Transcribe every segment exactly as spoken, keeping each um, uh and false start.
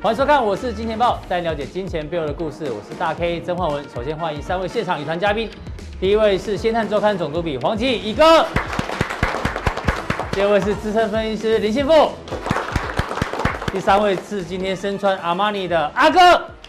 欢迎收看，我是金钱豹，带你了解金钱背后的故事。我是大 K 曾焕文。首先欢迎三位现场语团嘉宾，第一位是先探周刊总主笔黄奇乙哥，第二位是资深分析师林信富，第三位是今天身穿阿玛尼的阿哥。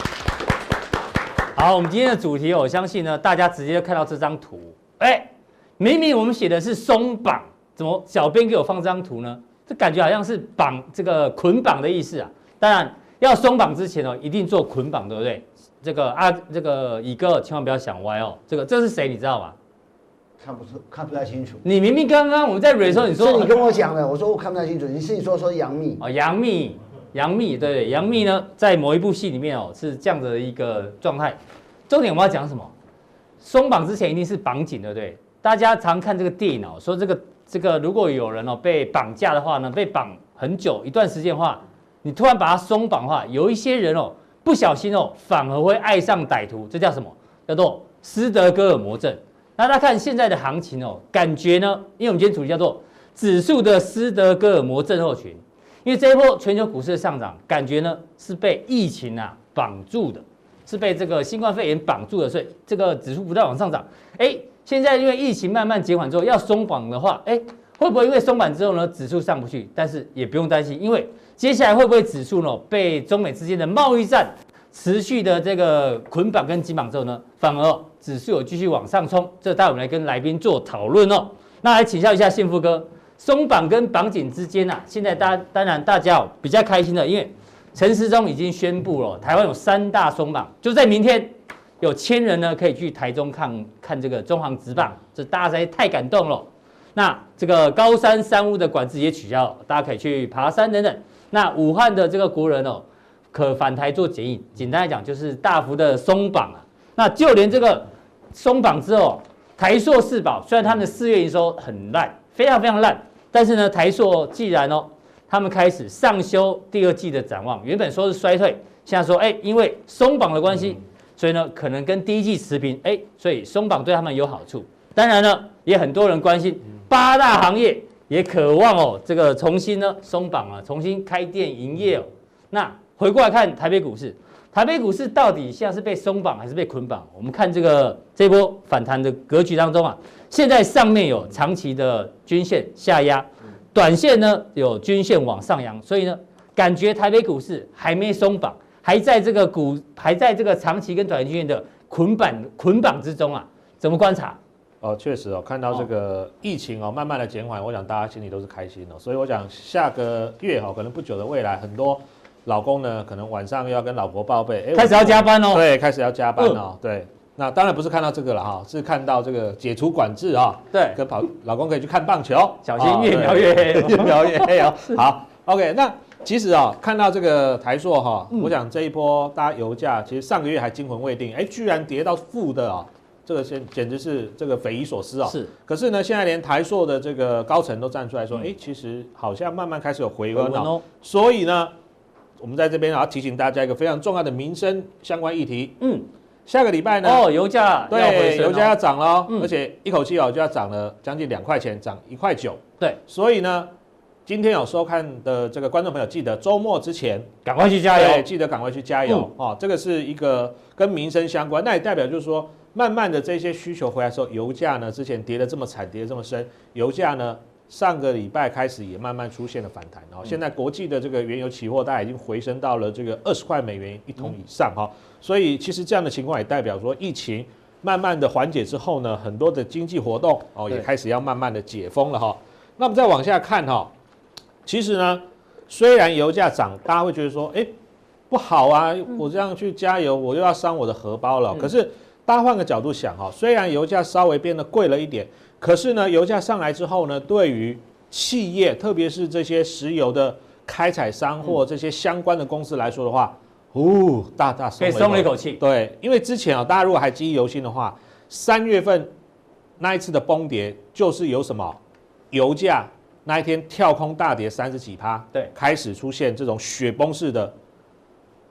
好，我们今天的主题，我相信呢，大家直接就看到这张图，哎，明明我们写的是松绑，怎么小编给我放这张图呢？这感觉好像是绑这个捆绑的意思啊。当然。要松绑之前哦，一定做捆绑，对不对？这个啊，这个乙哥千万不要想歪哦。这个这是谁，你知道吗？ 看不出，看不太清楚。 你明明刚刚我们在蕊的时候，你说是你跟我讲的，我说我看不太清楚。你是你说说杨幂哦，杨幂，杨幂，对对，杨幂呢，在某一部戏里面哦，是这样的一个状态。重点我要讲什么？松绑之前一定是绑紧，对不对？大家常看这个电影哦，说这个这个如果有人哦被绑架的话呢，被绑很久一段时间的话。你突然把它松绑的话，有一些人哦，不小心哦，反而会爱上歹徒，这叫什么？叫做斯德哥尔摩症。那大家看现在的行情哦，感觉呢，因为我们今天主题叫做指数的斯德哥尔摩症候群，因为这一波全球股市的上涨，感觉呢是被疫情啊绑住的，是被这个新冠肺炎绑住的，所以这个指数不断往上涨。哎，现在因为疫情慢慢减缓之后，要松绑的话，哎，会不会因为松绑之后呢，指数上不去？但是也不用担心，因为接下来会不会指数呢被中美之间的贸易战持续的这个捆绑跟紧绑之后呢，反而、哦、指数有继续往上冲？这待会我们来跟来宾做讨论哦。那来请教一下幸福哥，松绑跟绑紧之间啊，现在大当然大家、哦、比较开心的，因为陈时中已经宣布了，台湾有三大松绑，就在明天有千人呢可以去台中看看这个中航职棒，这大家实在太感动了。那这个高山山屋的管制也取消，大家可以去爬山等等。那武汉的这个国人哦，可返台做检疫，简单来讲就是大幅的松绑啊。那就连这个松绑之后，台塑四宝虽然他们的四月营收很烂，非常非常烂，但是呢，台塑既然哦，他们开始上修第二季的展望，原本说是衰退，现在说哎，因为松绑的关系，所以呢可能跟第一季持平，哎，所以松绑对他们有好处。当然呢，也很多人关心八大行业。也渴望哦，这个重新呢松绑啊，重新开店营业哦。那回过来看台北股市，台北股市到底现在是被松绑还是被捆绑？我们看这个这波反弹的格局当中啊，现在上面有长期的均线下压，短线呢有均线往上扬，所以呢，感觉台北股市还没松绑，还在这个股还在这个长期跟短期均线的捆绑捆绑之中啊，怎么观察？ 哦，确实哦，看到这个疫情哦，慢慢的减缓，我想大家心里都是开心哦。所以我想下个月哈、哦，可能不久的未来，很多老公呢，可能晚上又要跟老婆报备， 开始要加班哦。 对，开始要加班哦。嗯、对，那当然不是看到这个了哈，是看到这个解除管制啊、哦。 对， 跟跑老公可以去看棒球， 小心越描越黑， 越描越黑哦。好 ，OK， 那其实啊、哦，看到这个台塑哈、哦，嗯、我想这一波大家油价其实上个月还惊魂未定，哎，居然跌到负的啊、哦。这个简简直是这个匪夷所思啊、哦！ 是，可是呢，现在连台塑的这个高层都站出来说，哎、嗯，其实好像慢慢开始有回温了、哦。所以呢，我们在这边要提醒大家一个非常重要的民生相关议题。嗯，下个礼拜呢， 哦，油价对，油价要涨了、哦， 嗯、 而且一口气哦就要涨了将近两块钱，涨一块九。 对， 所以呢，今天有收看的这个观众朋友，记得周末之前赶快去加油， 对，记得赶快去加油、嗯、哦。这个是一个跟民生相关，那也代表就是说。慢慢的这些需求回来的时候，油价呢之前跌得这么惨，跌得这么深，油价呢上个礼拜开始也慢慢出现了反弹哦。现在国际的这个原油期货大概已经回升到了这个二十块美元一桶以上哈，所以其实这样的情况也代表说疫情慢慢的缓解之后呢，很多的经济活动哦也开始要慢慢的解封了哈。那么再往下看哈，其实呢虽然油价涨，大家会觉得说，哎不好啊，我这样去加油，我又要伤我的荷包了，可是。大家换个角度想哈，虽然油价稍微变得贵了一点，可是呢，油价上来之后呢，对于企业，特别是这些石油的开采商或这些相关的公司来说的话，哦，大大松了一口， 松了一口气。 对，因为之前啊，大家如果还记忆犹新的话，三月份那一次的崩跌，就是有什么油价那一天跳空大跌三十几趴， 对， 开始出现这种雪崩式的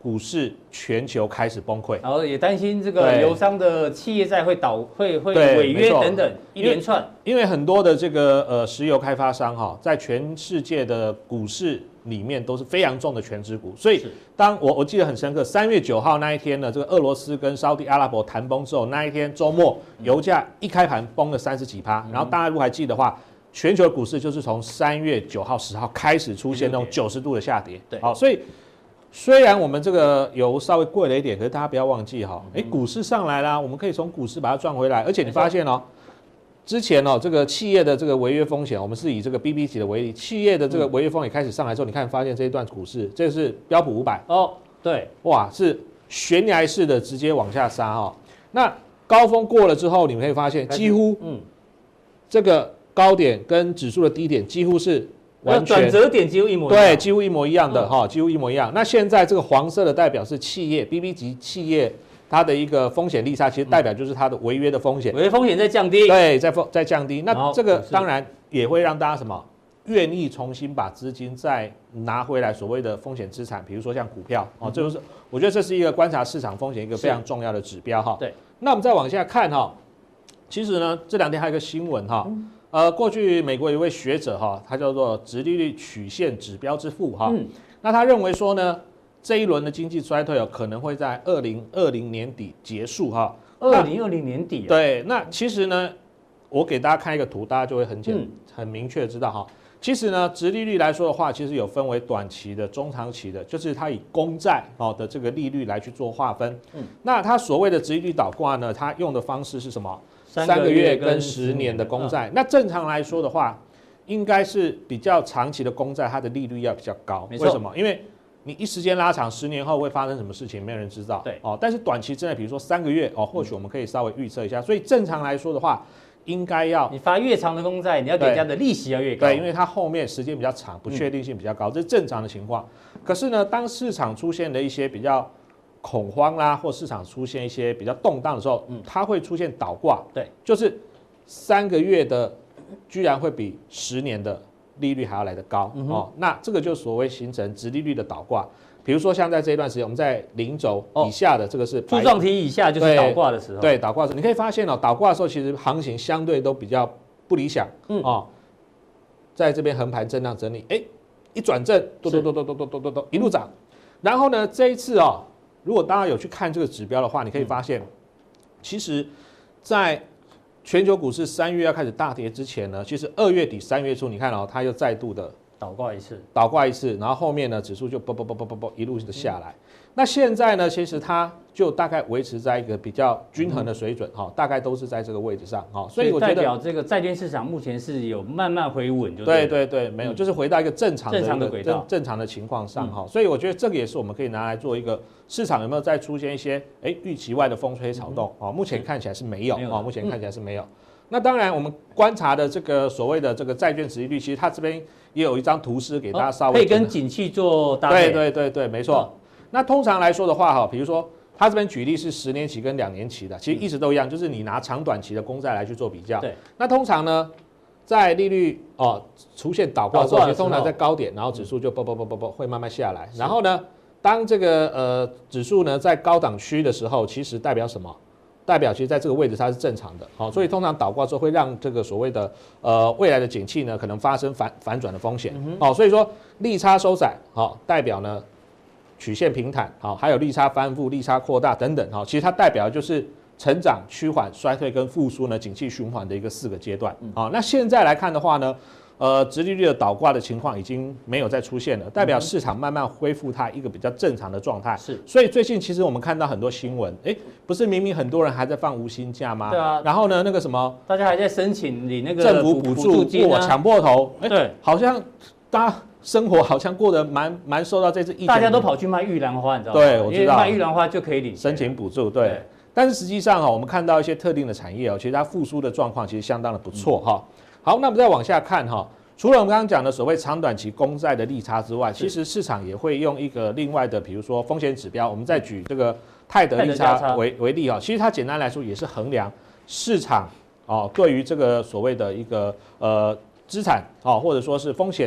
股市全球开始崩溃， 然后也担心这个油商的企业债会倒会会违约等等一连串， 因为很多的这个呃石油开发商哈，在全世界的股市里面都是非常重的权值股，所以当我我记得很深刻，三月九号那一天呢，这个俄罗斯跟沙特阿拉伯谈崩之后，那一天周末油价一开盘崩了三十几趴，然后大家如果还记得的话，全球股市就是从三月九号、十号开始出现那种九十度的下跌，对，好，所以。虽然我们这个油稍微贵了一点，可是大家不要忘记哈，哎，股市上来啦，我们可以从股市把它赚回来。而且你发现哦，之前哦，这个企业的这个违约风险，我们是以这个 B B 级的为例，企业的这个违约风险开始上来之后，你看发现这一段股市，这是标普五百哦，对， 哇，是悬崖式的直接往下杀哈。那高峰过了之后，你们可以发现几乎嗯，这个高点跟指数的低点几乎是。 完全转折点几乎一模一样， 对，几乎一模一样的哈、嗯，几乎一模一样。那现在这个黄色的代表是企业 B B 级企业它的一个风险利差，其实代表就是它的违约的风险， 违约风险在降低， 对，在在降低。那这个当然也会让大家什么愿意重新把资金再拿回来，所谓的风险资产，比如说像股票哦，这就是我觉得这是一个观察市场风险一个非常重要的指标哈。对，那我们再往下看哈，其实呢这两天还有一个新闻哈。嗯呃，过去美国有一位学者哈，他叫做殖利率曲线指标之父哈，嗯、那他认为说呢，这一轮的经济衰退哦，可能会在二零二零年底结束哈。 二零二零年底、啊。 对，那其实呢，我给大家看一个图，大家就会很简、嗯、很明确的知道哈。其实呢，殖利率来说的话，其实有分为短期的、中长期的，就是它以公债哦的这个利率来去做划分。嗯，那它所谓的殖利率倒挂呢，它用的方式是什么？三个月跟十年的公债，那正常来说的话，应该是比较长期的公债，它的利率要比较高。为什么？因为你一时间拉长，十年后会发生什么事情，没有人知道。对哦，但是短期之内，比如说三个月哦，或许我们可以稍微预测一下。所以正常来说的话，应该要你发越长的公债，你要给人家的利息要越高。 对，因为它后面时间比较长，不确定性比较高，这是正常的情况。可是呢，当市场出现了一些比较恐慌啦，或市场出现一些比较动荡的时候，嗯，它会出现倒挂，对，就是三个月的居然会比十年的利率还要来得高、嗯、哦，那这个就所谓形成殖利率的倒挂。比如说像在这一段时间，我们在零轴以下的这个是柱状体以下就是倒挂的时候， 对，倒挂的时候，你可以发现哦，倒挂的时候其实行情相对都比较不理想，嗯哦，在这边横盘震荡整理，哎，一转正，咚咚咚咚咚咚咚咚咚一路涨，然后呢这一次哦。如果大家有去看这个指标的话，你可以发现，其实，在全球股市三月要开始大跌之前呢，其实二月底三月初，你看哦，它又再度的倒挂一次， 倒挂一次，然后后面呢，指数就啵啵啵啵啵啵一路的下来。那现在呢，其实它就大概维持在一个比较均衡的水准，哈、嗯，大概都是在这个位置上，哈， 所以我觉得代表这个债券市场目前是有慢慢回稳，就对对对，没有，就是回到一个正常的正常的轨道、 正常的情况上，哈、嗯，所以我觉得这个也是我们可以拿来做一个市场有没有再出现一些哎预期外的风吹草动，哦、嗯，目前看起来是没有，哦，目前看起来是没有。嗯、那当然，我们观察的这个所谓的这个债券殖利率，其实它这边也有一张图示给大家稍微、 哦、可以跟景气做搭配， 对对对对，没错。嗯那通常来说的话，哈，比如说他这边举例是十年期跟两年期的，其实一直都一样，就是你拿长短期的公债来去做比较。对。那通常呢，在利率哦出现倒挂之后，通常在高点，然后指数就啵啵啵啵啵会慢慢下来。然后呢，当这个呃指数呢在高档区的时候，其实代表什么？代表其实在这个位置它是正常的，好，所以通常倒挂之后会让这个所谓的呃未来的景气呢可能发生反反转的风险。好，所以说利差收窄，好，代表呢。曲线平坦，好，还有利差翻覆、利差扩大等等，好，其实它代表的就是成长、趋缓、衰退跟复苏呢，景气循环的一个四个阶段。好，那现在来看的话呢，呃，殖利率的倒挂的情况已经没有再出现了，代表市场慢慢恢复它一个比较正常的状态。是，所以最近其实我们看到很多新闻，哎，不是明明很多人还在放无薪假吗？对啊。然后呢，那个什么， 大家还在申请你那个政府补助金啊，抢破头，哎， 对， 好像大家。生活好像过得蛮蛮受到这次疫情， 大家都跑去卖玉兰花，你知道吗？ 对，我知道， 卖玉兰花就可以领申请补助，对。对但是实际上啊，我们看到一些特定的产业哦，其实它复苏的状况其实相当的不错哈、嗯。好，那我们再往下看哈，除了我们刚刚讲的所谓长短期公债的利差之外，其实市场也会用一个另外的，比如说风险指标，我们再举这个泰德利差为为例啊，其实它简单来说也是衡量市场哦对于这个所谓的一个呃资产哦或者说是风险。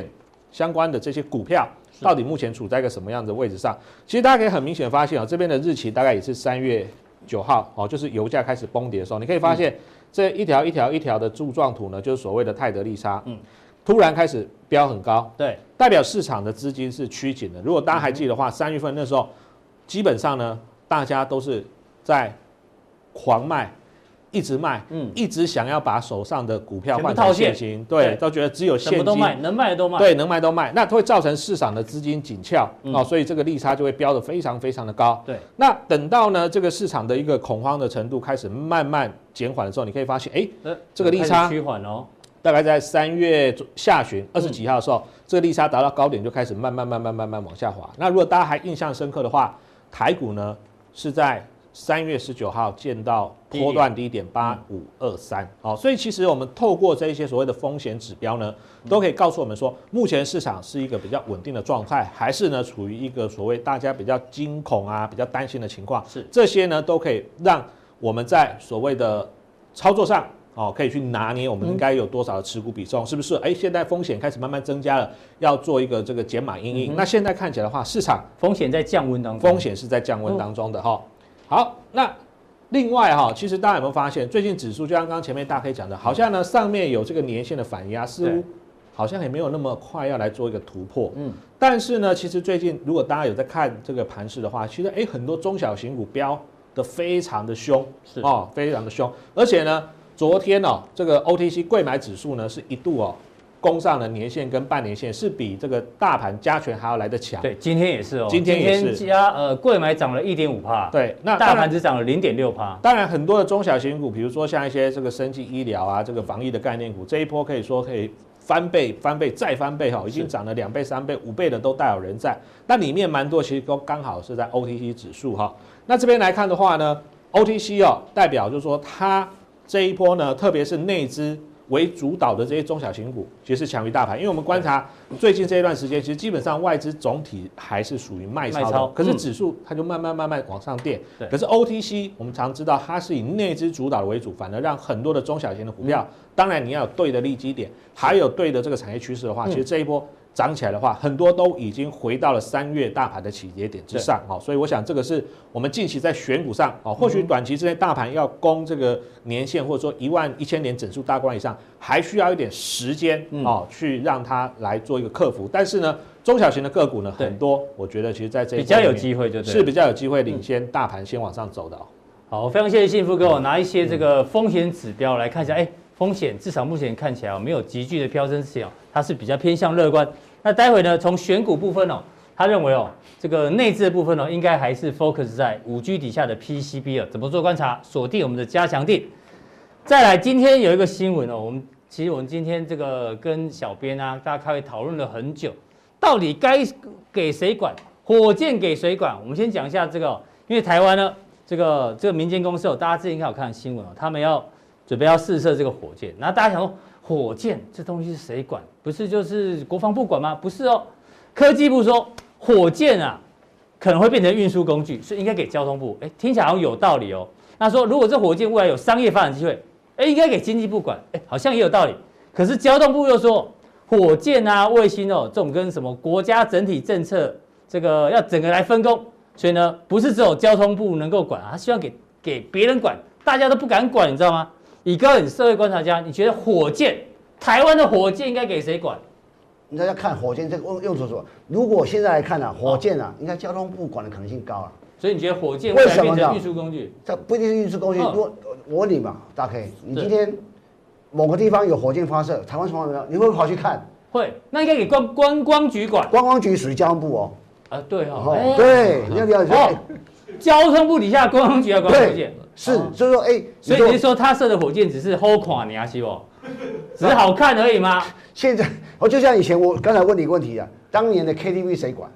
相关的这些股票，到底目前处在一个什么样的位置上？其实大家可以很明显发现啊，这边的日期大概也是三月九号哦，就是油价开始崩跌的时候，你可以发现这一条一条一条的柱状图呢，就是所谓的泰德利差，嗯，突然开始飙很高， 对， 代表市场的资金是趋紧的。如果大家还记得的话，三月份那时候，基本上呢，大家都是在狂卖。一直卖，嗯，一直想要把手上的股票换成现金，对，都觉得只有现金， 什么都卖，能卖的都卖， 对，能卖都卖，那会造成市场的资金紧俏、嗯、哦，所以这个利差就会飙得非常非常的高。 对， 那等到呢这个市场的一个恐慌的程度开始慢慢减缓的时候，你可以发现，哎、欸，这个利差趋缓哦， 大概在三月下旬二十几号的时候，嗯、这个利差达到高点就开始慢慢慢慢慢慢往下滑。那如果大家还印象深刻的话，台股呢是在三月十九号见到波段低点八五二三，好，所以其实我们透过这一些所谓的风险指标呢，都可以告诉我们说，目前市场是一个比较稳定的状态，还是呢处于一个所谓大家比较惊恐啊、比较担心的情况。 是这些呢都可以让我们在所谓的操作上。哦，可以去拿捏我们应该有多少的持股比重，是不是？哎，现在风险开始慢慢增加了，要做一个这个减码因应。嗯、那现在看起来的话，市场风险在降温当中， 风险是在降温当中的哈。哦好，那另外哈，其实大家有没有发现，最近指数就像刚刚前面大 K 讲的，好像呢上面有这个年线的反压，似乎好像也没有那么快要来做一个突破。嗯，但是呢，其实最近如果大家有在看这个盘势的话，其实哎很多中小型股飙得非常的凶， 是哦，非常的凶，而且呢，昨天哦这个 O T C 柜买指数呢是一度哦。攻上了年线跟半年线，是比这个大盘加权还要来得强。 对，今天也是哦， 今天也是加呃柜买涨了一点五趴， 对，那大盘只涨了零点六趴。 当然，很多的中小型股，比如说像一些这个生技医疗啊，这个防疫的概念股，这一波可以说可以翻倍、翻倍再翻倍哈，已经涨了两倍、三倍、五倍的都大有人在。那里面蛮多其实都刚好是在 O T C 指数哈。那这边来看的话呢 ，O T C 哦，代表就是说它这一波呢，特别是内资。为主导的这些中小型股，其实是强于大盘，因为我们观察最近这一段时间，其实基本上外资总体还是属于卖超的，超可是指数它就慢慢慢慢往上垫。嗯、可是 O T C 我们常知道它是以内资主导的为主，反而让很多的中小型的股票，嗯、当然你要有对的利基点，还有对的这个产业趋势的话，嗯、其实这一波。涨起来的话，很多都已经回到了三月大盘的起跌点之上，好，所以我想这个是我们近期在选股上，哦，或许短期之内大盘要攻这个年线或者说一万一千点整数大关以上，还需要一点时间哦，去让它来做一个克服。但是呢，中小型的个股呢，很多我觉得其实在这一比较有机会，就对， 是比较有机会领先大盘先往上走的。 好，非常谢谢幸福给我拿一些这个风险指标来看一下，哎，风险至少目前看起来没有急剧的飙升之前哦，它是比较偏向乐观。那待会呢，从选股部分哦，他认为哦，这个内资的部分哦，应该还是 focus 在五 G 底下的 P C B 哦，怎么做观察？锁定我们的加强定。再来，今天有一个新闻哦，我们其实我们今天这个跟小编啊，大家开会讨论了很久，到底该给谁管？火箭给谁管？我们先讲一下这个、哦，因为台湾呢，这个这个民间公司哦，大家之前应该有看新闻哦，他们要准备要试射这个火箭，然后大家想说。火箭这东西是谁管？不是就是国防部管吗？不是哦，科技部说火箭啊可能会变成运输工具，所以应该给交通部。哎，听起来好像有道理哦。那说如果这火箭未来有商业发展机会，哎，应该给经济部管。哎，好像也有道理。可是交通部又说火箭啊、卫星哦，这种跟什么国家整体政策这个要整个来分工，所以呢，不是只有交通部能够管啊，他希望给给别人管，大家都不敢管，你知道吗？以高你社会观察家，你觉得火箭，台湾的火箭应该给谁管？ 你大家看火箭这个用途什么？如果现在来看啊，火箭啊，应该交通部管的可能性高啊。 所以你觉得火箭会来变成运输工具？ 这不一定是运输工具。如果我问你嘛，大 K， 你今天某个地方有火箭发射，台湾从来没有，你会不会跑去看？ 会，那应该给观观光局管。 观光局属于交通部哦。 啊，对哦。 对，你要了解。哦， 交通部底下观光局要管火箭。 是，所以说，哎， 所以你是说他射的火箭只是好看你啊，是不？只是好看而已吗？ 现在，我就像以前我刚才问你一个问题啊，当年的 K T V 谁管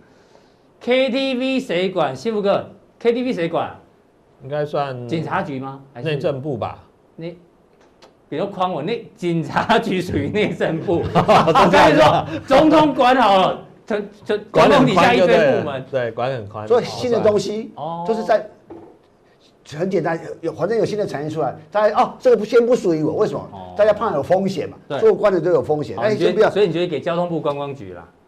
？K T V 谁管？幸福哥 ，K T V 谁管？ 应该算警察局吗？ 内政部吧？ 你，比如诓我，内警察局属于内政部。我跟你说，总统管好了，这这总统底下一堆部门， 对，管很宽。 所以新的东西，哦，就是在。很简单，有反正有新的产业出来，大家哦，这个不先不属于我，为什么？哦、大家怕有风险嘛，做官的都有风险。 哎，先不要。所以你觉得给交通部观光局啦？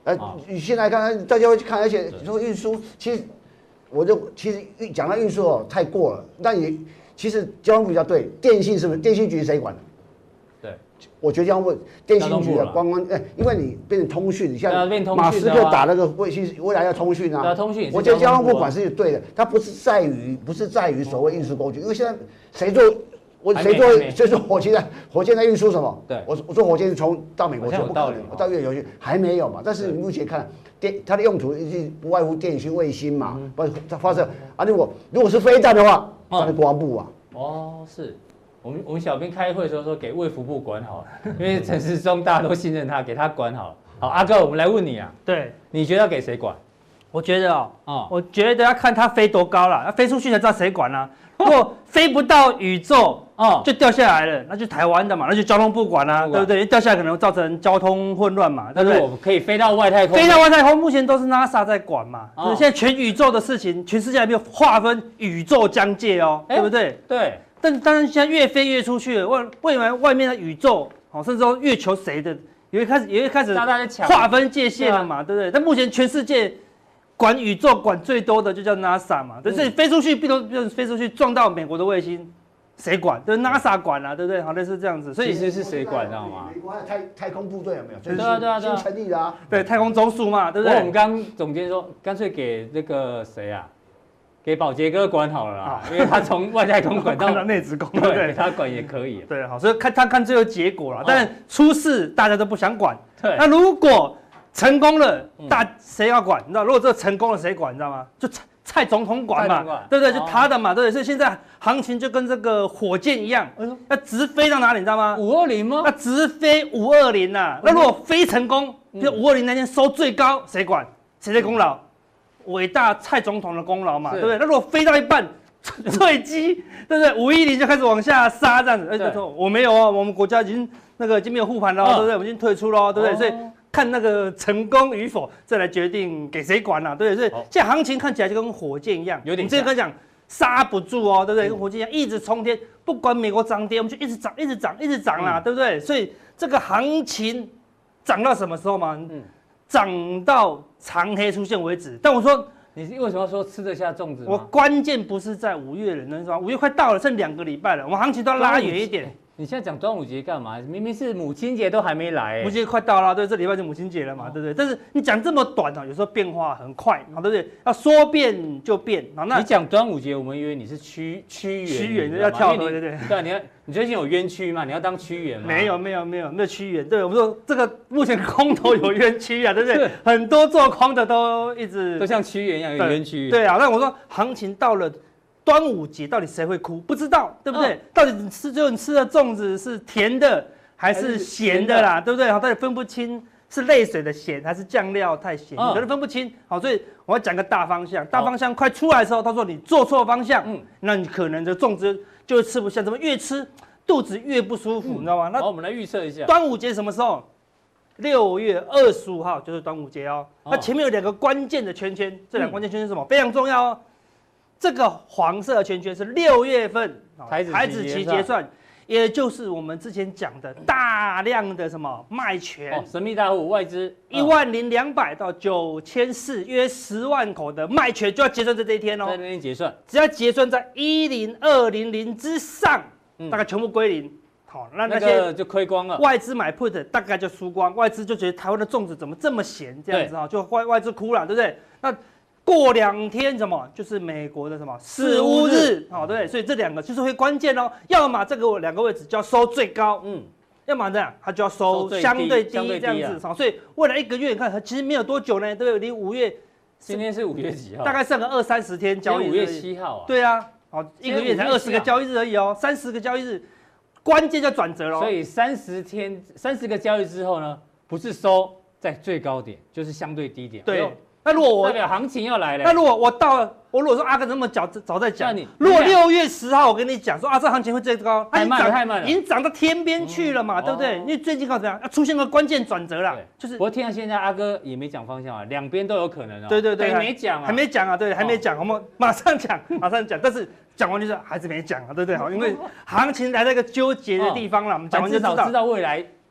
呃，你现在看，大家会去看，而且说运输，其实我就其实讲到运输哦，太过了。那也其实交通部比较对，电信是不是？电信局谁管的？ 对， 我觉得交通部电信局的观光，哎，因为你变成通讯，你像马斯克打那个卫星，未来要通讯啊。 通讯。 我觉得交通部管是对的，它不是在于不是在于所谓运输工具，因为现在谁做？我谁做谁做火箭在火箭在运输什么？ 对， 我我说火箭从到美国去不可能，到月球去还没有嘛。但是目前看电它的用途不外乎电讯卫星嘛，不它发射啊。如果如果是飞弹的话，那是国防部啊。 哦，是我们我们小编开会的时候说给卫福部管好了，因为陈时中大家都信任他，给他管好了。好，阿哥，我们来问你啊， 对， 你觉得要给谁管？ 我觉得哦，哦我觉得要看它飞多高了，要飞出去才知道谁管啊。如果飞不到宇宙，哦，就掉下来了，那就台湾的嘛，那就交通部管啊，对不对？掉下来可能造成交通混乱嘛，对不对？ 我可以飞到外太空， 飞到外太空，目前都是 NASA 在管嘛。哦、现在全宇宙的事情，全世界还没有划分宇宙疆界哦，对不对？ 对。 但当然，现在越飞越出去了，外未来外面的宇宙，哦，甚至说月球谁的，也会开始也会开始划分界限了嘛，对不对？但目前全世界管宇宙管最多的就叫 NASA 嘛，对，所以飞出去，比如比如飞出去撞到美国的卫星，谁管？就是 NASA 管啊，对不对？好类似这样子， 所以其实是谁管，知道吗？ 美国还有太太空部队有没有？ 对啊对啊对啊， 新成立的啊。 对，太空总署嘛，对不对？ 我们刚总监说，干脆给那个谁啊，给宝杰哥管好了啦，因为他从外太空管到内子宫， 对对，他管也可以。 对，好，所以看他看最后结果了。但出事大家都不想管。 对， 那如果成功了，大谁要管？你知道，如果这个成功了，谁管？你知道吗？就蔡蔡总统管嘛，对不对？就他的嘛，对不对？所以现在行情就跟这个火箭一样，要直飞到哪里？你知道吗？ 五二零吗？ 那直飞五二零呐。那如果飞成功，就五二零那天收最高，谁管？谁的功劳？伟大蔡总统的功劳嘛，对不对？那如果飞到一半坠机，对不对？五一零就开始往下杀这样子。哎，他说我没有哦，我们国家已经那个已经没有护盘了，对不对？我们已经退出了，对不对？所以看那个成功与否，再来决定给谁管了，对不对？所以现在行情看起来就跟火箭一样，有点。之前跟讲刹不住哦，对不对？跟火箭一样一直冲天，不管美国涨跌，我们就一直涨，一直涨，一直涨啦，对不对？所以这个行情涨到什么时候嘛？嗯。涨到长黑出现为止，但我说你为什么说吃得下粽子？ 我关键不是在五月了，你知道吗？五月快到了，剩两个礼拜了，我们行情都要拉远一点。 你现在讲端午节干嘛？明明是母亲节都还没来、欸， 母亲节快到了，对，这礼拜就母亲节了嘛，哦、对不对？但是你讲这么短啊，有时候变化很快，对不对？要说变就变。那你讲端午节，我们以为你是屈屈原， 屈原要跳河，对不对？ 对，你要你最近有冤屈吗？你要当屈原吗？ 没有，没有，没有，没有屈原。对，我们说这个目前空头有冤屈啊，对不对？很多做空的都一直都像屈原一样有冤屈。 对啊，那我说行情到了。端午节到底谁会哭？不知道，对不对？嗯、到底你吃最后你吃的粽子是甜的还是咸的啦？对不对？好，到底分不清是泪水的咸还是酱料太咸，嗯、你可能分不清。好，所以我要讲个大方向。大方向快出来的时候，他说你做错方向，嗯，那你可能的粽子就会吃不下，怎么越吃肚子越不舒服，嗯、你知道吗？ 那好，我们来预测一下， 端午节什么时候？六月二十五号就是端午节哦。哦那前面有两个关键的圈圈，这两个关键圈圈是什么？嗯、非常重要哦。这个黄色圈圈是六月份台指期结算，也就是我们之前讲的大量的什么卖权， 哦、神秘大户外资一万零两百到九千四，约十万口的卖权就要结算在这一天哦， 在那天结算， 只要结算在一零二零零之上，嗯、大概全部归零。好，那那些就亏光了。 外资买 put 大概就输光，外资就觉得台湾的粽子怎么这么咸，这样子哈，就外外资哭了，对不对？那过两天什么就是美国的什么四乌日，好、哦、对不对？所以这两个就是会关键哦。要么这个两个位置就要收最高，嗯，要么这样它就要收相对低这样子。好、啊，所以未来一个月你看，其实没有多久呢，对不对？离五月， 今天是五月几号？ 大概剩个二三十天交易日。 五月七号啊。 对啊，好，一个月才二十个交易日而已哦，三十个交易日，关键就转折了。 所以三十天三十个交易之后呢，不是收在最高点，就是相对低点。 对。那如果我代表行情要来了， 那如果我到了，我如果说阿哥那么早早在讲，如果六月十号我跟你讲说啊，这行情会最高， 太慢了，太慢了， 已经涨到天边去了嘛，对不对？因为最近靠怎样，要出现个关键转折啦，就是。 不过听到现在阿哥也没讲方向啊，两边都有可能啊。 对对对， 还没讲啊， 还没讲啊，对，还没讲，我们马上讲，马上讲，但是讲完就是还是没讲啊，对不对？好，因为行情来到一个纠结的地方了，我们讲完就知道知道未来。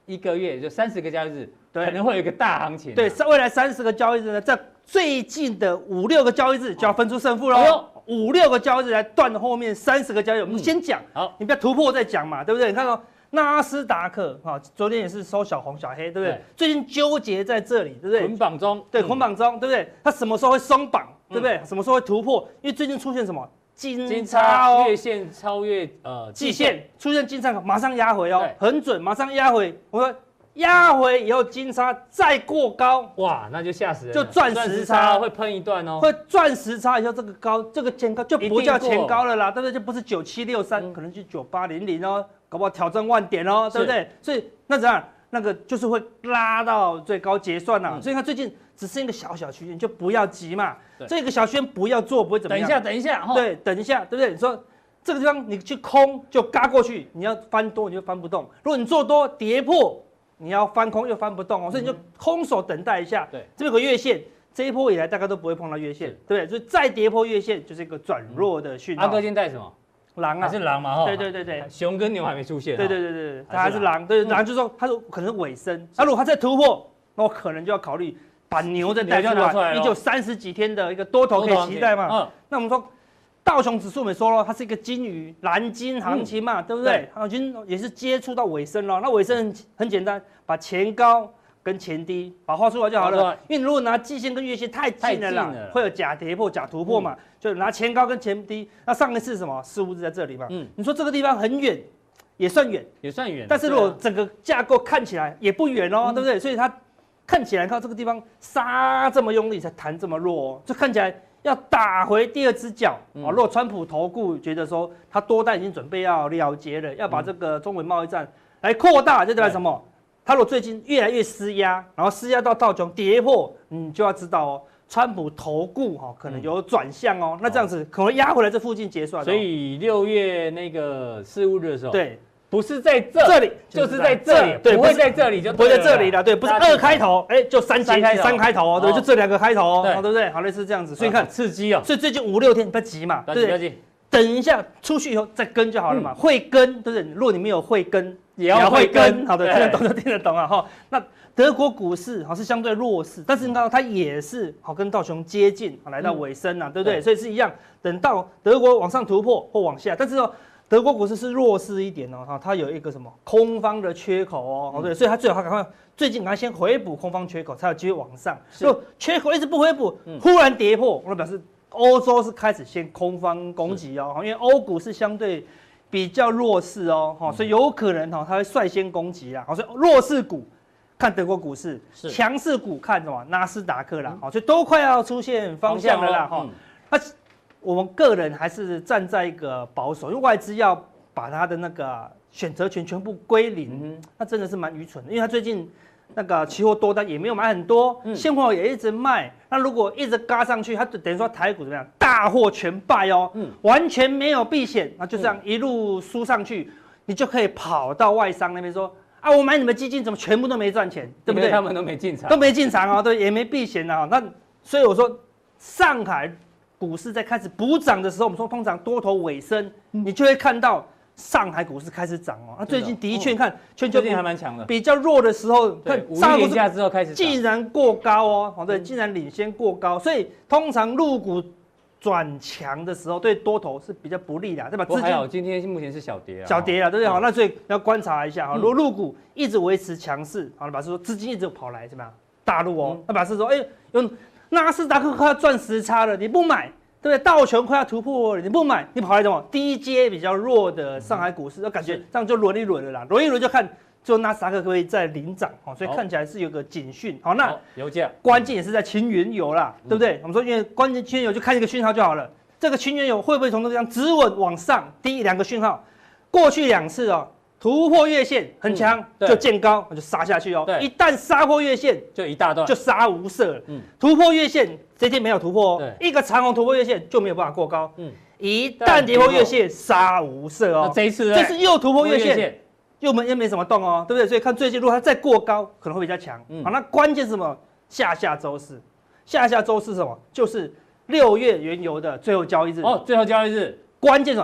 一个月就三十个交易日， 对可能会有一个大行情、啊。 对，未来三十个交易日呢，在最近的五六个交易日就要分出胜负喽。五六个交易日来断后面三十个交易日，我们先讲、嗯。好，你不要突破再讲嘛，对不对？你看到、哦、纳斯达克哈，昨天也是收小红小黑，对不对？对，最近纠结在这里，对不对？ 捆绑中， 对，捆绑中，对不对？它什么时候会松绑，对不对？嗯、什么时候会突破？因为最近出现什么金叉哦， 月线超越呃季线，出现金叉，马上压回哦，很准，马上压回。我说。压回以后，金叉再过高， 哇，那就吓死人了， 就钻石叉会喷一段哦， 会钻石叉以后，这个高，这个前高就不叫前高了啦，对不对？就不是九七六三，可能就九八零零哦，搞不好挑战万点哦，对不对？所以那怎样？那个就是会拉到最高结算啦、啊嗯。所以它最近只是一个小小区间，就不要急嘛。这个小区间不要做，不会怎么样。 等一下，等一下， 对，等一下，对不对？你说这个地方你去空就嘎过去，你要翻多你就翻不动。如果你做多跌破。你要翻空又翻不动哦，所以你就空手等待一下。对，这边有个月线，这一波以来大概都不会碰到月线，对不对？所以再跌破月线就是一个转弱的讯号。 阿哥今天带什么？ 狼啊， 还是狼嘛？哈。 对对对对， 熊跟牛还没出现。 对对对对，它还是狼。对，狼就是说它说可能是尾声。那如果它再突破，那我可能就要考虑把牛再带出来，因为就有三十几天的一个多头可以期待嘛。嗯。那我们说。道琼指数没说了，它是一个金鱼蓝金行情嘛，嗯、对不对？行情也是接触到尾声了。那尾声很很简单，把前高跟前低把它画出来就好了。因为你如果拿季线跟月线太近了啦，了会有假跌破、假突破嘛。嗯、就拿前高跟前低。那上一次什么事物是在这里嘛？嗯，你说这个地方很远，也算远， 也算远。 但是如果整个架构看起来也不远哦，嗯、对不对？所以它看起来靠这个地方杀这么用力，才弹这么弱哦，就看起来。要打回第二只脚啊！如果川普投顾觉得说他多单已经准备要了结了，要把这个中美贸易战来扩大，这代表什么？他如果最近越来越施压，然后施压到道琼跌破，你就要知道哦，川普投顾哈可能有转向哦，那这样子可能压回来这附近结算。 所以六月那个事务日的时候， 对。 不是在这这里， 就是在这里，对，不会在这里就不会在这里了，对，不是二开头，哎，就三节三开头哦，对，就这两个开头哦，对不对？好类似这样子，所以看刺激哦， 所以最近五六天不要急嘛， 对不对？ 等一下出去以后再跟就好了嘛，会跟，对不对？如果你没有会跟， 也要会跟， 好的，听得懂就听得懂啊哈。那德国股市好是相对弱势，但是你看到它也是好跟道琼接近，来到尾声啊，对不对？所以是一样，等到德国往上突破或往下，但是哦。德国股市是弱势一点哦，哈，它有一个什么空方的缺口哦，嗯、对，所以它最好赶快最近赶快先回补空方缺口，才有机会往上。就缺口一直不回补，嗯、忽然跌破，那表示欧洲是开始先空方攻击哦，因为欧股是相对比较弱势哦，哈、嗯，所以有可能哈它会率先攻击啦，好，所以弱势股看德国股市，强势股看什么纳斯达克啦，好、嗯，所以都快要出现方向了啦，哈，那。我们个人还是站在一个保守，因为外资要把它的那个选择权全部归零，嗯、那真的是蛮愚蠢的。因为他最近那个期货多单也没有买很多，嗯、现货也一直卖。那如果一直嘎上去，它等于说台股怎么样？大获全败哦，嗯、完全没有避险，那就这样一路输上去，嗯、你就可以跑到外商那边说啊，我买你们基金怎么全部都没赚钱，对不对？ 他们都没进场， 都没进场哦，对，也没避险啊。那所以我说上海。股市在开始补涨的时候，我们说通常多头尾声，嗯、你就会看到上海股市开始涨哦。那最近的确看全球最近还蛮强的， 比较弱的时候，看上海股市之后开始竟然过高哦，好对，竟然领先过高，所以通常陆股转强的时候，对多头是比较不利的，对吧？ 不过还好，今天目前是小跌啊， 小跌啊，对不对？好，那所以要观察一下哈，如果陆股一直维持强势，好，表示说资金一直跑来怎么样？大陆哦，那表示说，哎，用。纳斯达克快要赚时差了，你不买，对不对？道琼快要突破了，你不买，你跑来什么？低阶比较弱的上海股市，就感觉这样就轮一轮了啦，轮一轮就看就纳斯达克可以再领涨，哦，所以看起来是有个警讯。好，那油价关键也是在轻原油啦，对不对？我们说因为关键轻原油就看一个讯号就好了，这个轻原油会不会从这个地方止稳往上？第一两个讯号，过去两次哦。突破月线很强，嗯、就见高，就杀下去哦。一旦杀破月线， 就一大段， 就杀无赦了。嗯，突破月线，这天没有突破哦。一个长红突破月线就没有办法过高。嗯，一旦跌破月线，杀无赦哦。 这一次， 这次又突破月线，又没又没什么动哦，对不对？所以看最近，如果它再过高，可能会比较强。嗯，好，那关键是什么？下下周四，下下周四什么？就是六月原油的最后交易日。 哦，最后交易日， 关键什么？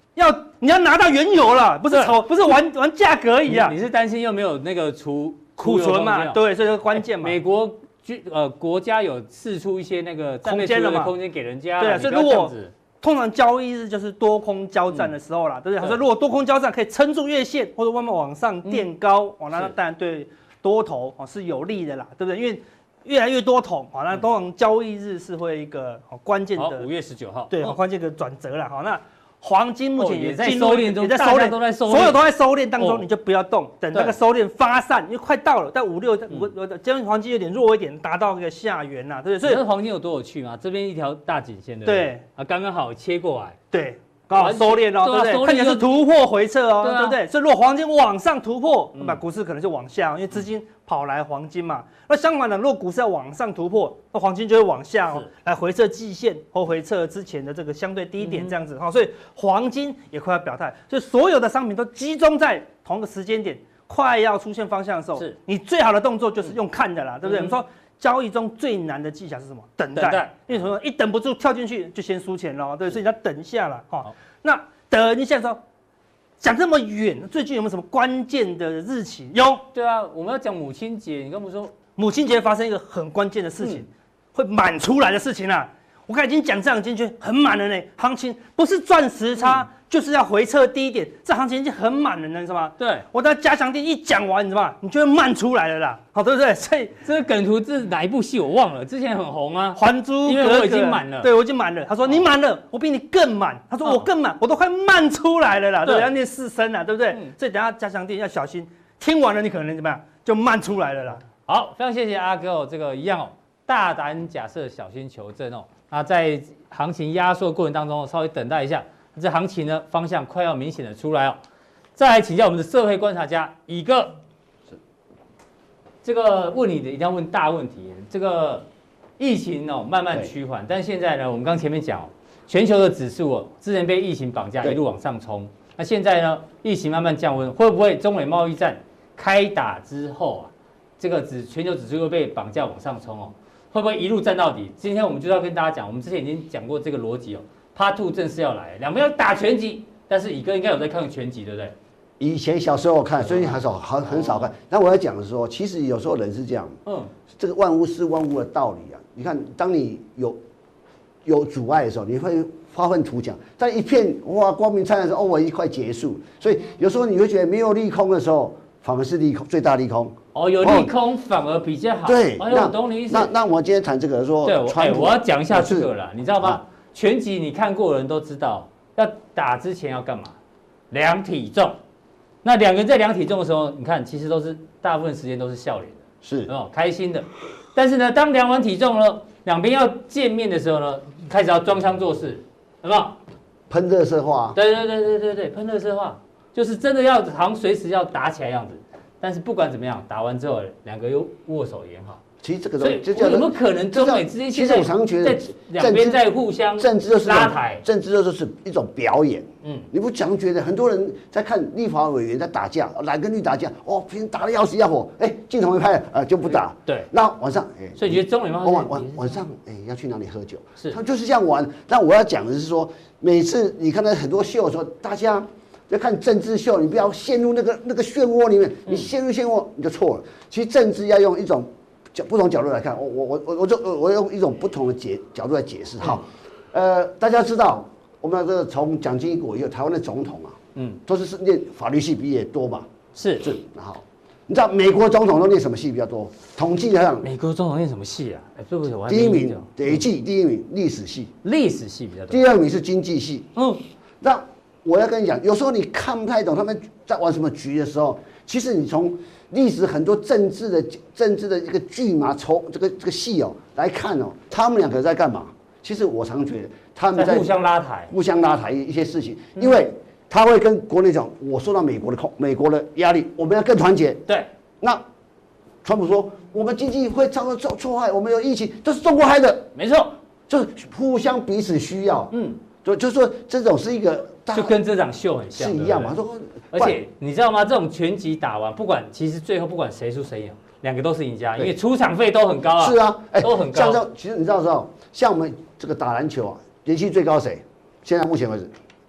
要你要拿到原油了，不是炒，不是玩玩价格而已啊。 你是担心又没有那个储库存嘛？对，所以这个关键嘛。 美国呃国家有释出一些那个空间了嘛， 空间给人家。 对啊，所以如果通常交易日就是多空交战的时候啦，对不对？他说如果多空交战可以撑住月线，或者慢慢往上垫高，哦，那当然对多头哦是有利的啦，对不对？因为越来越多桶，好，那通常交易日是会一个好关键的。 五月十九号， 对，好关键的转折啦，好，那黄金目前也在收敛中， 也在收敛， 都在收敛， 所有都在收敛当中，你就不要动，等那个收敛发散，因为快到了，但五六五个，今天黄金有点弱一点，达到一个下缘呐，对不对？ 所以黄金有多有趣嘛？这边一条大颈线，对不对？对啊，刚刚好切过来， 对。刚好收敛哦，对不对？看起来是突破回撤哦，对不对？所以如果黄金往上突破，那股市可能就往下，因为资金跑来黄金嘛。那相反的，如果股市要往上突破，那黄金就会往下哦，来回撤季线或回撤之前的这个相对低点这样子哈。所以黄金也快要表态，所以所有的商品都集中在同一个时间点，快要出现方向的时候，是你最好的动作就是用看的啦，对不对？我们说交易中最难的技巧是什么？等待，因为什么？一等不住跳进去就先输钱咯，对，所以你要等一下啦，哈。那等一下说，讲这么远，最近有没有什么关键的日期？有， 对啊，我们要讲母亲节，你跟我们说母亲节发生一个很关键的事情，嗯、会满出来的事情啊！我刚才已经讲这样进去很满了呢，行情不是赚时差，嗯、就是要回撤低点，这行情已经很满了呢，你知道吗？ 对， 我的加强定一讲完，你知道吗？你就会漫出来了啦，好，对不对？所以这个梗图是哪一部戏我忘了，之前很红啊， 《还珠格格》， 因为我已经满了， 对我已经满了。他说你满了，我比你更满。他说我更满，我都快漫出来了啦，对，要念四声啦，对不对？嗯、所以等下加强定要小心，听完了你可能怎么样，就漫出来了啦。 好，非常谢谢阿哥哦，这个一样哦，大胆假设，小心求证哦。那在行情压缩过程当中，稍微等待一下，这行情呢方向快要明显的出来哦。再来请教我们的社会观察家乙哥，这个问你的一定要问大问题，这个疫情哦慢慢趋缓，但现在呢，我们刚前面讲哦，全球的指数哦，之前被疫情绑架一路往上冲，那现在呢，疫情慢慢降温，会不会中美贸易战开打之后啊，这个指全球指数又被绑架往上冲哦？会不会一路战到底？今天我们就要跟大家讲，我们之前已经讲过这个逻辑哦。Part Two 正式要来，两边要打拳击，但是乙哥应该有在看拳击，对不对？ 以前小时候看，最近很少很很少看。那我要讲的是说，其实有时候人是这样，嗯，这个万物是万物的道理啊。你看，当你有有阻碍的时候，你会发愤图强；在一片哇光明灿烂的时候，哦，我一快结束。所以有时候你会觉得没有利空的时候，反而是利空最大利空。 哦，有利空反而比较好。 对， 哎呦，懂你意思。 那那我今天谈这个说， 对，我哎，我要讲一下这个啦，你知道吗？拳击你看过的人都知道，要打之前要干嘛？量体重。那两个人在量体重的时候，你看其实都是大部分时间都是笑脸的， 是哦，开心的。但是呢，当量完体重了，两边要见面的时候呢，开始要装腔作势，有没有？ 喷热色话。 对对对对对对，喷热色话，就是真的要好像随时要打起来样子。但是不管怎么样，打完之后两个又握手言好。 其实这个所以有没有可能中美之间其实我常觉得两边在互相政治就是拉抬， 政治就是一种表演。嗯，你不常觉得很多人在看立法委员在打架，蓝跟绿打架，哦，平时打得要死要活，哎，镜头一拍，呃，就不打。 对。 那晚上，哎， 所以你觉得中美贸易晚晚晚上，哎，要去哪里喝酒？ 是， 他就是这样玩。那我要讲的是说，每次你看到很多秀的时候，大家在看政治秀，你不要陷入那个那个漩涡里面，你陷入漩涡你就错了。其实政治要用一种角不同角度来看，我我我我就我用一种不同的解角度来解释。好，呃，大家知道我们这个从蒋经国以后，台湾的总统啊，嗯，都是是念法律系毕业多嘛， 是是。好，你知道美国总统都念什么系比较多？统计上， 美国总统念什么系啊？哎，不不，我第一名累计第一名历史系， 历史系比较多。 第二名是经济系。 嗯， 那我要跟你讲，有时候你看不太懂他们在玩什么局的时候，其实你从历史很多政治的政治的一个剧嘛，从这个这个戏哦来看哦，他们两个在干嘛？其实我常觉得他们在互相拉抬， 互相拉抬一些事情，因为他会跟国内讲，我受到美国的控，美国的压力，我们要更团结。 对， 那川普说我们经济会遭受挫害，我们有疫情，这是中国害的， 没错， 就是互相彼此需要。嗯，就就说这种是一个就跟这场秀很像， 是一样嘛。说， 而且你知道吗？这种拳击打完，不管其实最后不管谁输谁赢，两个都是赢家，因为出场费都很高啊。 是啊， 哎，都很高。 像这，其实你知道知道，像我们这个打篮球啊，年薪最高谁？现在目前为止，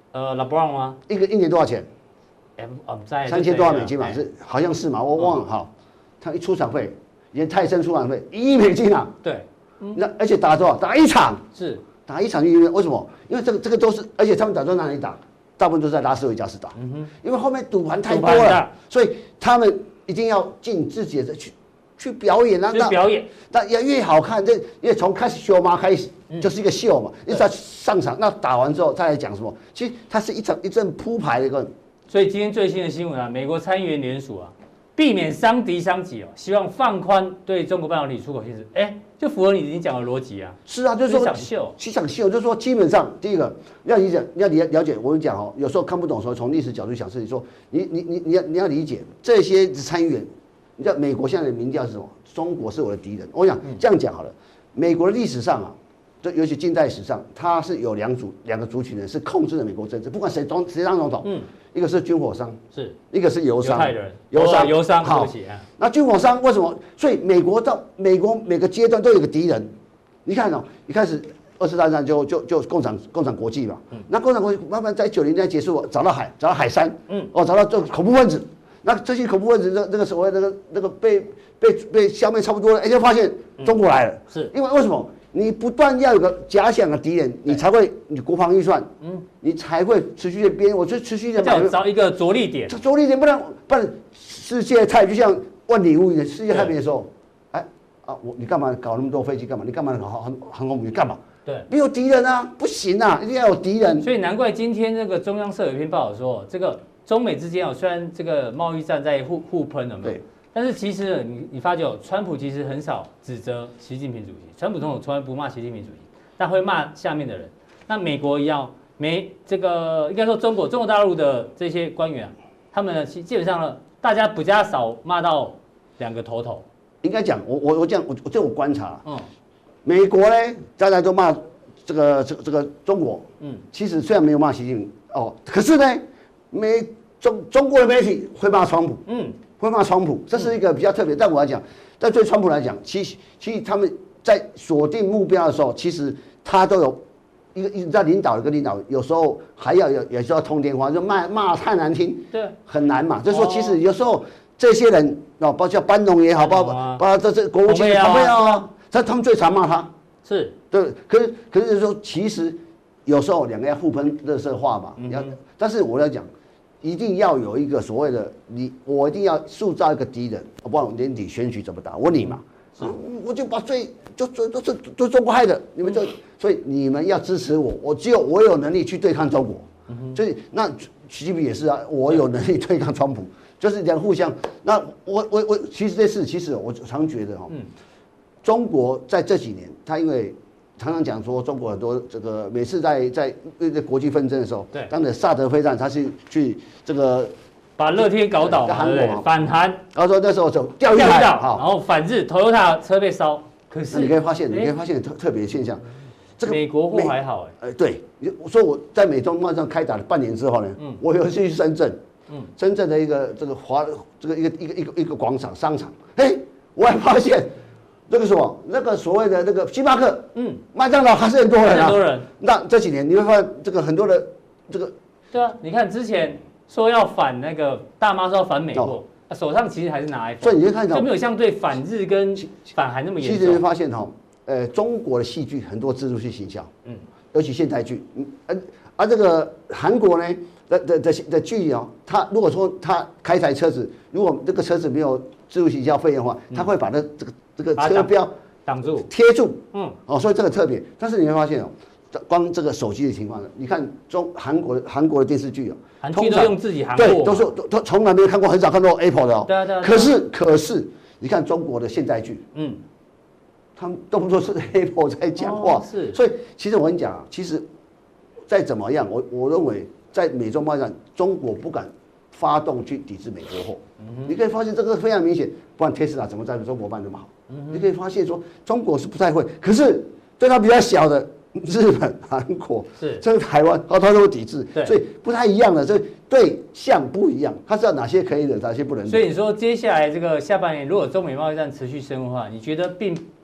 呃 ，LeBron 吗？ 一个一年多少钱？ 哎，我们在三千多万美金嘛， 哎是好像是嘛，我忘了哈。他一出场费，连泰森出场费一亿美金啊。 对， 那而且打多少？打一场， 是打一场就一亿。为什么？因为这个这个都是，而且他们打到哪里打？大部分都是在拉斯维加斯打。嗯哼。因为后面赌盘太多了，所以他们一定要尽自己的去去表演啊。 去表演， 那要越好看，这因为从开始秀嘛开始就是一个秀嘛，一直到上场，那打完之后再来讲什么？其实它是一场一阵铺排的一个。 所以今天最新的新闻啊，美国参议员联署啊，避免伤敌伤己哦，希望放宽对中国半导体出口限制。哎，就符合你已经讲的逻辑啊。 是啊，就是说一场秀， 一场秀，就是说基本上第一个要理解，要了了解。我跟你讲哦，有时候看不懂的时候，从历史角度想事情，说你你你你要你要理解这些参议员。你知道美国现在的民调是什么？中国是我的敌人。我想这样讲好了，美国的历史上啊，就尤其近代史上，它是有两组两个族群人是控制了美国政治，不管谁总谁当总统，嗯，一个是军火商， 是一个是油商， 犹太人， 油商， 油商， 好， 对不起啊。 那军火商为什么？所以美国到美国每个阶段都有个敌人。你看哦，一开始二次大战就就就共产共产国际嘛，嗯，那共产国际慢慢在九零年代结束，找到海找到海山，嗯，哦，找到这恐怖分子。那这些恐怖分子，这这个所谓那个那个被被被消灭差不多了，哎，就发现中国来了， 嗯、是因为为什么？你不断要有个假想的敌人，你才会你国防预算，嗯，你才会持续的编。我就持续的找一个着力点， 着力点不然不然世界太就像万里无云，世界太平的时候，哎啊，我你干嘛搞那么多飞机干嘛？你干嘛搞航航空母舰干嘛？ 对， 没有敌人啊，不行啊，一定要有敌人。 所以难怪今天那个中央社有一篇报道说，这个。中美之间哦，虽然这个贸易战在互互喷了嘛，对，但是其实你你发觉哦，川普其实很少指责习近平主席，川普总统从来不骂习近平主席，但会骂下面的人。那美国一样，美这个应该说中国中国大陆的这些官员啊，他们呢基基本上呢，大家比较少骂到两个头头。 应该讲，我我我这样我我这我观察，嗯，美国呢，大家都骂这个这个这个中国，嗯，其实虽然没有骂习近平哦，可是呢，美中中国的媒体会骂川普，嗯，会骂川普，这是一个比较特别。但我来讲，但对川普来讲，其实其实他们在锁定目标的时候，其实他都有一个一直在领导一个领导，有时候还要有有时候通电话，就骂骂太难听， 对， 很难嘛。就是说，其实有时候这些人哦，包括班农也好，包括包括这这国务卿蓬佩奥啊，他他们最常骂他， 是对。可是可是说，其实有时候两个要互喷垃圾话嘛，要，但是我要讲。一定要有一个所谓的你，我一定要塑造一个敌人，不然年底选举怎么打？我你嘛，嗯、我就把最就就都是都中国害的，你们就所以你们要支持我，我只有我有能力去对抗中国，嗯、所以那习近平也是啊，我有能力对抗川普，就是两互相。那我我我其实这次其实我常觉得哈、哦，嗯、中国在这几年，他因为。常常讲说，中国很多这个每次在在在国际纷争的时候， 对， 当然萨德飞弹，他是去这个把乐天搞倒，韩国嘛，反韩， 然后说那时候就钓鱼岛， 然后反日 ，Toyota 车被烧。可是你可以发现，你可以发现特特别的现象， 这个美国货还好哎， 呃对，我说我在美中贸易战开打了半年之后呢，嗯，我有去深圳，嗯，深圳的一个这个华这个一个一个一个一个广场商场，哎，我还发现。那个什么，那个所谓的那个星巴克，嗯，麦当劳还是很多人啊。 很多人。 那这几年你会发现，这个很多的这个。 对啊，你看之前说要反那个大妈说要反美货，哦、手上其实还是拿 iPhone。 所以你会看到， 就没有相对反日跟反韩那么严重。 其实你会发现哈，呃，中国的戏剧很多自助性行销，嗯，尤其现代剧，嗯，而而这个韩国呢的的的的剧哦，他如果说他开台车子，如果这个车子没有自助行销费用的话，他会把它这个。这个车标挡住、 贴住，嗯，哦，所以这个特别。但是你会发现哦，光这个手机的情况呢，你看中韩国韩国的电视剧哦， 韩剧都用自己韩国， 对，都是都都从来没有看过，很少看到 Apple 的哦。 对啊对啊。 可是可是，你看中国的现代剧，嗯，他们动不动是 Apple 在讲话， 是。 所以其实我跟你讲啊，其实再怎么样，我我认为在美中贸易战，中国不敢发动去抵制美国货。你可以发现这个非常明显，不然特斯拉怎么在中国办那么好？你可以发现说，中国是不太会，可是对它比较小的日本、韩国， 是甚至台湾，哦，它都会抵制， 对， 所以不太一样的，所以对象不一样，它知道哪些可以的，哪些不能。 所以你说接下来这个下半年，如果中美贸易战持续升温的话，你觉得并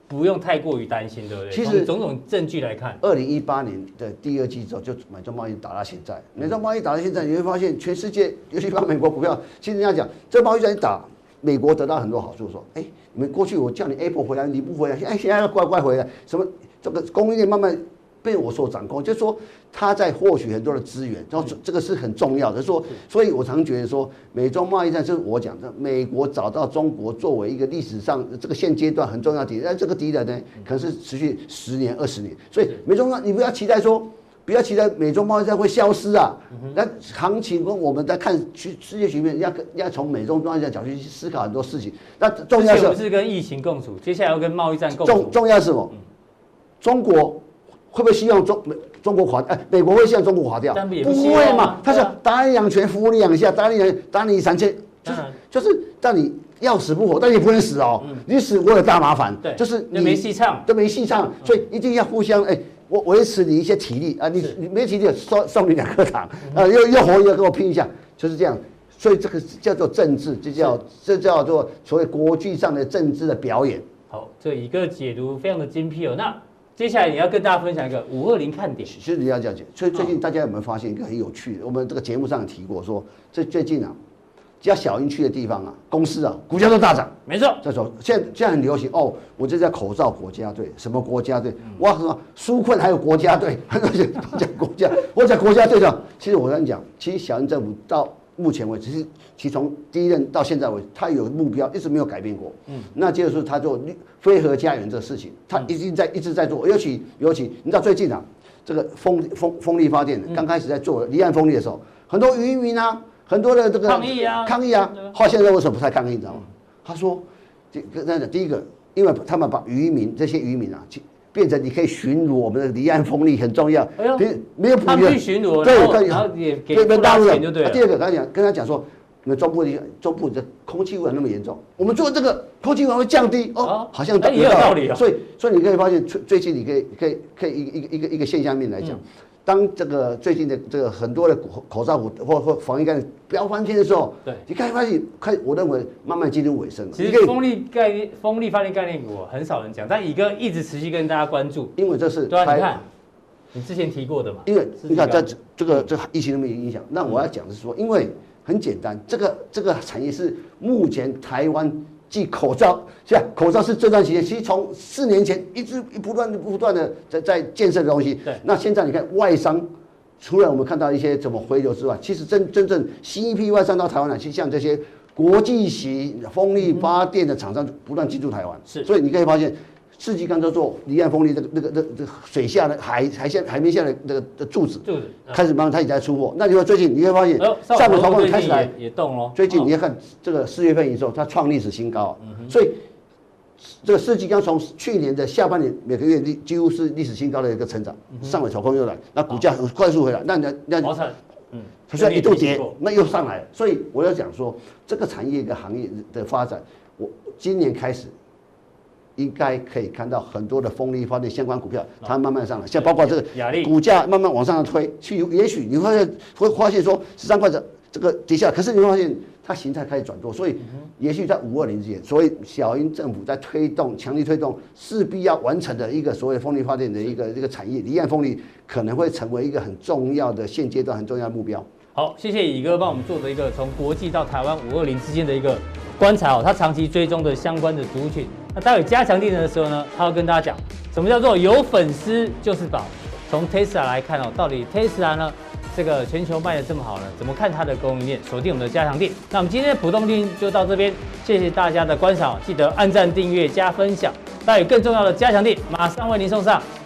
不用太过于担心，对不对？ 其实从种种证据来看， 二零一八年的第二季之后，就美中贸易打到现在，美中贸易打到现在，你会发现全世界，尤其把美国股票，其实人家讲这贸易战一打，美国得到很多好处，说，哎，你们过去我叫你 Apple 回来，你不回来，哎，现在要乖乖回来，什么这个供应链慢慢被我所掌控，就是说他在获取很多的资源，然后这个是很重要的。说，所以我常觉得说，美中贸易战就是我讲的，美国找到中国作为一个历史上这个现阶段很重要的敌人，但这个敌人呢，可能是持续十年、二十年。所以美中你不要期待说，不要期待美中贸易战会消失啊。那行情跟我们在看世世界局面，要要从美中贸易战角度去思考很多事情。那重要是不是跟疫情共处，接下来要跟贸易战共处。 重重要是什么？中国。会不会希望中美中国垮？哎，美国会希望中国垮掉？ 不会嘛？他说打你两拳，扶你两下，打你打你三千，就是就是让你要死不活，但你不能死哦。你死我有大麻烦。 对， 就是你没戏唱， 都没戏唱，所以一定要互相哎，我维持你一些体力啊，你你没体力送送你两颗糖啊，又又活又跟我拼一下，就是这样。所以这个叫做政治，这叫这叫做所谓国际上的政治的表演。 好，这一个解读非常的精辟哦。那接下来你要跟大家分享一个五二零看点。 其实你要这样讲，所以最近大家有没有发现一个很有趣的？我们这个节目上有提过说，这最近啊，只要小英去的地方啊，公司啊，股价都大涨。 没错， 这种现在现在很流行哦，我这叫口罩国家队，什么国家队？哇，什么纾困还有国家队，很多人讲国家，我讲国家队的。其实我跟你讲，其实小英政府到目前为止，其实其从第一任到现在为止，他有目标一直没有改变过。嗯，那就是他做非核家园这个事情，他一直在一直在做。尤其尤其，你知道最近啊，这个风风风力发电刚开始在做离岸风力的时候，很多渔民啊，很多的这个抗议啊， 抗议啊。后现在为什么不太抗议？你知道吗？他说，跟他讲，第一个，因为他们把渔民这些渔民啊，变成你可以巡逻我们的离岸风力很重要。 哎呦， 没有他们去巡逻， 对， 然后也给付他钱就对了。 第二个，刚才讲跟他讲说，你们中部的中部的空气污染那么严重，我们做这个空气污染会降低哦，好像也有道理啊。 所以，所以你可以发现，最最近你可以可以可以一个一个一个一个现象面来讲。当这个最近的这个很多的口罩股或或防疫概念飙翻天的时候， 对， 你开始发现，开我认为慢慢进入尾声了。 其实风力概念、风力发电概念股很少人讲，但乙哥一直持续跟大家关注， 因为这是对啊，你看你之前提过的嘛， 因为你看在这个这疫情那么影响，那我要讲的是说，因为很简单，这个这个产业是目前台湾。即口罩，是吧？口罩是这段时间，其实从四年前一直不断不断的在在建设的东西。 对。 那现在你看外商，除了我们看到一些怎么回流之外，其实真真正新一批外商到台湾来，其实像这些国际型风力发电的厂商不断进驻台湾。 是。 所以你可以发现，世纪刚才做离岸风力这个那个那那水下的海海下海面下的那个的柱子， 柱子开始慢慢它也在出货。那你会最近你会发现，上个头控开始来也动了。 最近你要看这个四月份营收，它创历史新高，所以这个世纪刚从去年的下半年每个月历几乎是历史新高的一个成长，上尾头控又来，那股价很快速回来，那那那嗯，它虽然一度跌，那又上来了。所以我要讲说，这个产业一个行业的发展，我今年开始。应该可以看到很多的风力发电相关股票，它慢慢上来，像包括这个股价慢慢往上推，去也许你会会发现说十三块这这个跌下，可是你会发现它形态开始转弱，所以也许在五二零之前，所以小英政府在推动强力推动势必要完成的一个所谓风力发电的一个这个产业，离岸风力可能会成为一个很重要的现阶段很重要的目标。 好，谢谢乙哥帮我们做的一个从国际到台湾五二零之间的一个观察哦，他长期追踪的相关的族群。那待会加强定的时候呢，他要跟大家讲什么叫做有粉丝就是宝。从 Tesla 来看哦，到底 Tesla 呢这个全球卖的这么好呢，怎么看它的供应链？锁定我们的加强定。那我们今天的浦东定就到这边，谢谢大家的观赏，记得按赞、订阅、加分享。待会更重要的加强定马上为您送上。